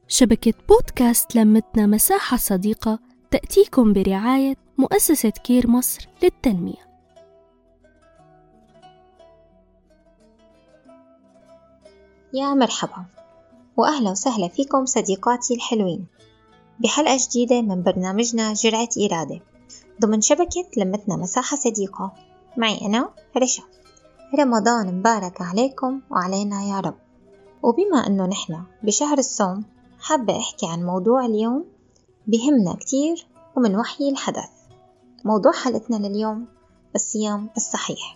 شبكة بودكاست لمتنا مساحة صديقة تأتيكم برعاية مؤسسة كير مصر للتنمية. يا مرحبا وأهلا وسهلا فيكم صديقاتي الحلوين بحلقة جديدة من برنامجنا جرعة إرادة ضمن شبكة لمتنا مساحة صديقة. معي أنا رشا. رمضان مبارك عليكم وعلينا يا رب. وبما أنه نحن بشهر الصوم حابة أحكي عن موضوع اليوم بهمنا كتير ومن وحي الحدث. موضوع حلقتنا لليوم الصيام الصحيح.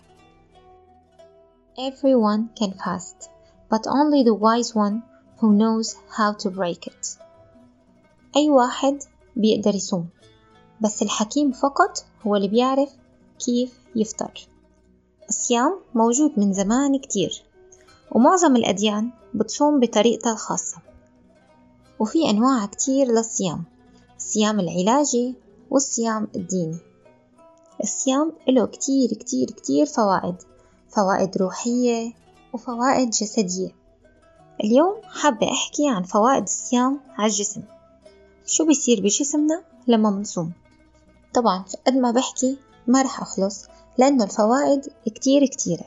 Everyone can fast, but only the wise one who knows how to break it. أي واحد بيقدر يصوم، بس الحكيم فقط هو اللي بيعرف كيف يفطر. الصيام موجود من زمان كتير، ومعظم الأديان بتصوم بطريقتها الخاصة، وفي أنواع كتير للصيام: الصيام العلاجي والصيام الديني. الصيام له كتير فوائد روحية وفوائد جسدية. اليوم حابة أحكي عن فوائد الصيام على الجسم. شو بيصير بجسمنا لما منصوم؟ طبعا قد ما بحكي ما رح أخلص، لأنه الفوائد كتيرة.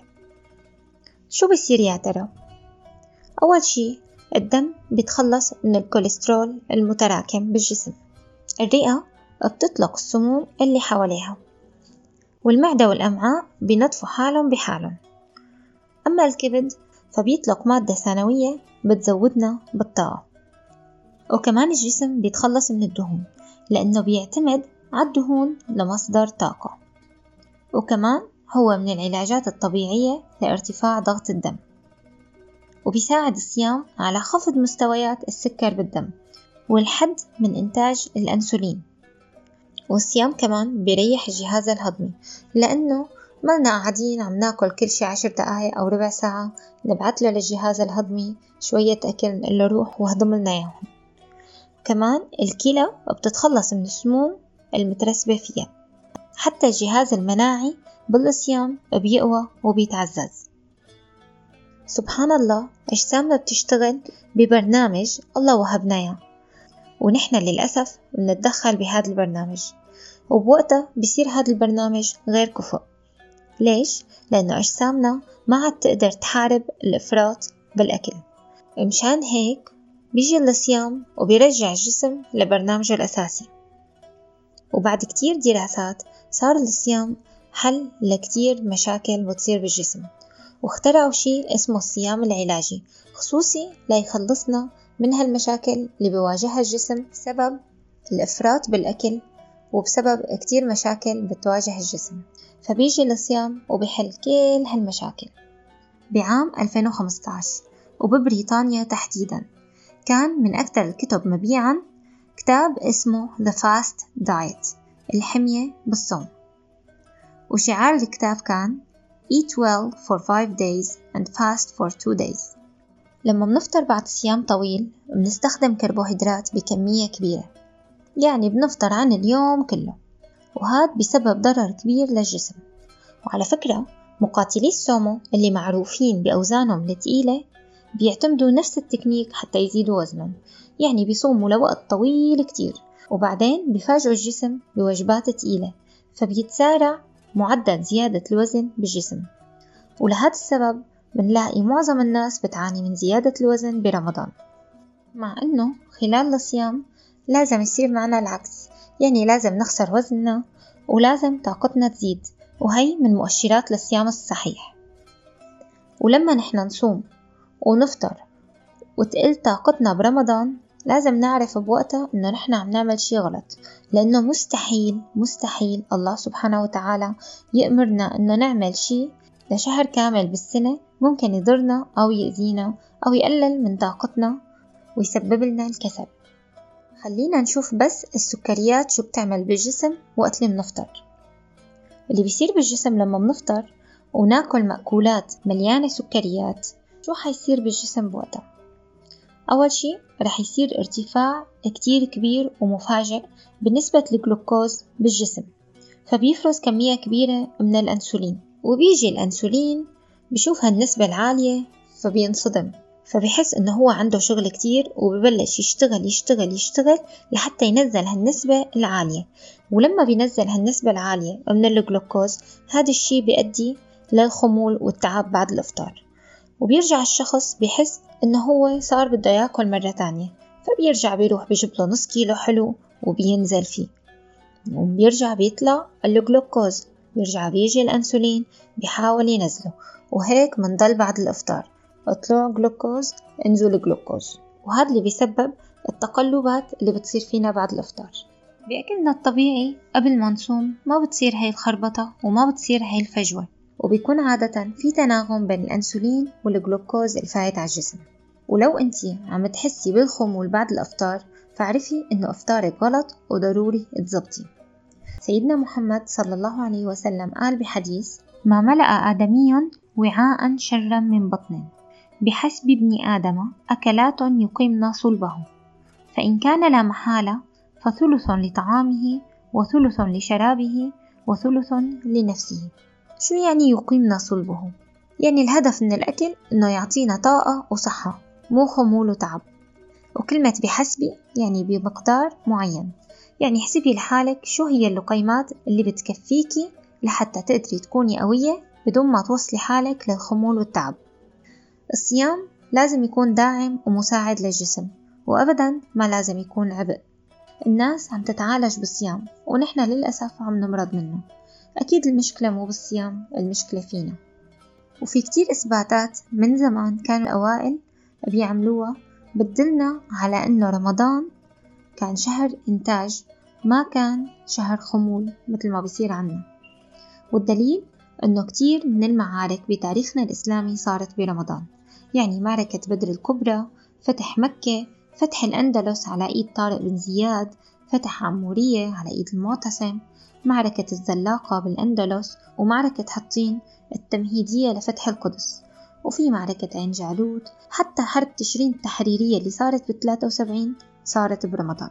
شو بيصير يا ترى؟ أول شي الدم بيتخلص من الكوليسترول المتراكم بالجسم. الرئة بتطلق السموم اللي حواليها، والمعدة والأمعاء بينظفوا حالهم بحالهم. أما الكبد فبيطلق مادة ثانوية بتزودنا بالطاقة. وكمان الجسم بيتخلص من الدهون، لأنه بيعتمد على الدهون لمصدر طاقة. وكمان هو من العلاجات الطبيعية لارتفاع ضغط الدم. وبيساعد الصيام على خفض مستويات السكر بالدم والحد من إنتاج الأنسولين. والصيام كمان بيريح الجهاز الهضمي، لأنه مالنا قاعدين عم ناكل كل شي 10 دقايق أو ربع ساعة نبعث له للجهاز الهضمي شوية أكل نقول له روح وهضم لنا إياهم. كمان الكلى بتتخلص من السموم المترسبة فيها. حتى الجهاز المناعي بالصيام بيقوى وبيتعزز. سبحان الله، أجسامنا بتشتغل ببرنامج الله وهبناه، ونحن للأسف بنتدخل بهذا البرنامج، وبوقتها بيصير هذا البرنامج غير كفؤ. ليش؟ لأنه أجسامنا ما عاد تقدر تحارب الإفراط بالأكل. مشان هيك بيجي الصيام وبيرجع الجسم لبرنامجه الأساسي. وبعد كتير دراسات صار الصيام حل لكتير مشاكل بتصير بالجسم، واخترعوا شيء اسمه الصيام العلاجي خصوصي ليخلصنا من هالمشاكل اللي بيواجهها الجسم بسبب الإفراط بالأكل، وبسبب كتير مشاكل بتواجه الجسم. فبيجي الصيام وبيحل كل هالمشاكل. بعام 2015 وببريطانيا تحديدا كان من أكثر الكتب مبيعا كتاب اسمه The Fast Diet، الحمية بالصوم. وشعار الكتاب كان Eat well for 5 days and fast for 2 days. لما بنفطر بعد صيام طويل بنستخدم كربوهيدرات بكمية كبيرة، يعني بنفطر عن اليوم كله، وهذا بسبب ضرر كبير للجسم. وعلى فكرة مقاتلي السومو اللي معروفين بأوزانهم الثقيلة بيعتمدوا نفس التكنيك حتى يزيدوا وزنهم، يعني بيصوموا لوقت طويل كتير وبعدين بيفاجئوا الجسم بوجبات ثقيلة، فبيتسارع معدل زيادة الوزن بالجسم. ولهذا السبب بنلاقي معظم الناس بتعاني من زيادة الوزن برمضان، مع أنه خلال الصيام لازم يصير معنا العكس، يعني لازم نخسر وزننا ولازم طاقتنا تزيد، وهي من مؤشرات للصيام الصحيح. ولما نحن نصوم ونفطر وتقل طاقتنا برمضان لازم نعرف بوقتها إنه نحن عم نعمل شي غلط، لأنه مستحيل الله سبحانه وتعالى يأمرنا إنه نعمل شي لشهر كامل بالسنة ممكن يضرنا أو يأذينا أو يقلل من طاقتنا ويسبب لنا الكسل. خلينا نشوف بس السكريات شو بتعمل بالجسم وقت اللي بنفطر. اللي بيصير بالجسم لما بنفطر وناكل مأكولات مليانة سكريات، شو حيصير بالجسم بوقتها؟ أول شي رح يصير ارتفاع كتير كبير ومفاجئ بنسبة الجلوكوز بالجسم، فبيفرز كمية كبيرة من الأنسولين، وبيجي الأنسولين بشوف هالنسبة العالية فبينصدم، فبيحس إنه هو عنده شغل كتير وببلش يشتغل لحتى ينزل هالنسبة العالية. ولما بينزل هالنسبة العالية من الجلوكوز، هذا الشي بيؤدي للخمول والتعب بعد الإفطار، وبيرجع الشخص بيحس إنه هو صار بده ياكل مرة تانية، فبيرجع بيروح بيجيب له نص كيلو حلو وبينزل فيه، وبيرجع بيطلع الجلوكوز، بيرجع بيجي الأنسولين بيحاول ينزله، وهيك منضل بعد الإفطار اطلع جلوكوز انزل جلوكوز. وهذا اللي بيسبب التقلبات اللي بتصير فينا بعد الإفطار. بأكلنا الطبيعي قبل ما نصوم ما بتصير هاي الخربطة وما بتصير هاي الفجوة، وبيكون عادة في تناغم بين الأنسولين والجلوكوز الفايت على الجسم. ولو أنتي عم تحسي بالخمول بعد الإفطار، فاعرفي إنه إفطارك غلط وضروري تزبطي. سيدنا محمد صلى الله عليه وسلم قال بحديث: ما ملأ آدمي وعاء شرا من بطن، بحسب ابن آدم أكلات يقيمن صلبه، فإن كان لا محالة فثلث لطعامه وثلث لشرابه وثلث لنفسه. شو يعني يقيمن صلبه؟ يعني الهدف من الأكل إنه يعطينا طاقة وصحة، مو خمول وتعب. وكلمة بحسبي يعني بمقدار معين، يعني احسبي لحالك شو هي اللقيمات اللي بتكفيكي لحتى تقدري تكوني قوية بدون ما توصلي حالك للخمول والتعب. الصيام لازم يكون داعم ومساعد للجسم، وأبدا ما لازم يكون عبء. الناس عم تتعالج بالصيام ونحن للأسف عم نمرض منه. أكيد المشكلة مو بالصيام، المشكلة فينا. وفي كتير إثباتات من زمان كانوا الأوائل بيعملوها بتدلنا على أنه رمضان كان شهر إنتاج، ما كان شهر خمول مثل ما بيصير عنا. والدليل أنه كتير من المعارك بتاريخنا الإسلامي صارت برمضان، يعني معركة بدر الكبرى، فتح مكة، فتح الأندلس على إيد طارق بن زياد، فتح عمورية على إيد المعتصم، معركة الزلاقة بالأندلس، ومعركة حطين التمهيدية لفتح القدس، وفي معركة عين جالوت، حتى حرب تشرين التحريرية اللي صارت ب73 صارت برمضان.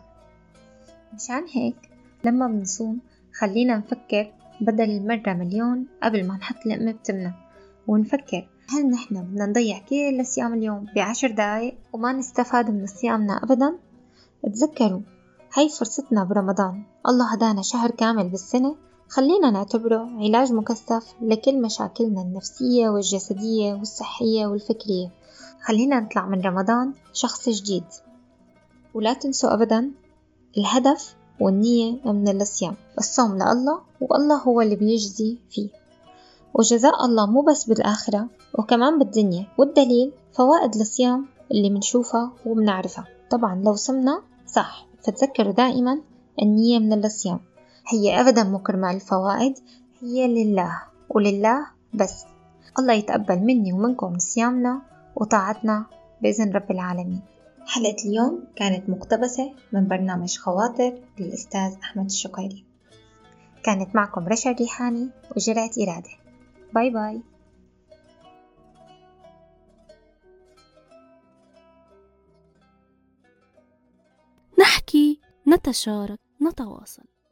مشان هيك لما بنصوم خلينا نفكر بدل المرة مليون قبل ما نحط لقمة بتمنا، ونفكر هل نحن بدنا نضيع كل صيام اليوم ب10 دقايق وما نستفاد من صيامنا أبدا؟ تذكروا هاي فرصتنا برمضان، الله هدانا شهر كامل بالسنة، خلينا نعتبره علاج مكثف لكل مشاكلنا النفسية والجسدية والصحية والفكرية. خلينا نطلع من رمضان شخص جديد. ولا تنسوا أبدا الهدف والنية من الصيام، الصوم لله والله هو اللي بيجزي فيه، وجزاء الله مو بس بالآخرة وكمان بالدنيا. والدليل فوائد الصيام اللي منشوفها وبنعرفها. طبعا لو صمنا صح، فتذكروا دائما النية من الصيام هي أبدا مو كرمال الفوائد، هي لله ولله بس. الله يتقبل مني ومنكم صيامنا وطاعتنا بإذن رب العالمين. حلقة اليوم كانت مقتبسة من برنامج خواطر للأستاذ أحمد الشقيري. كانت معكم رشا الريحاني وجرعة إرادة. باي باي. نحكي، نتشارك، نتواصل.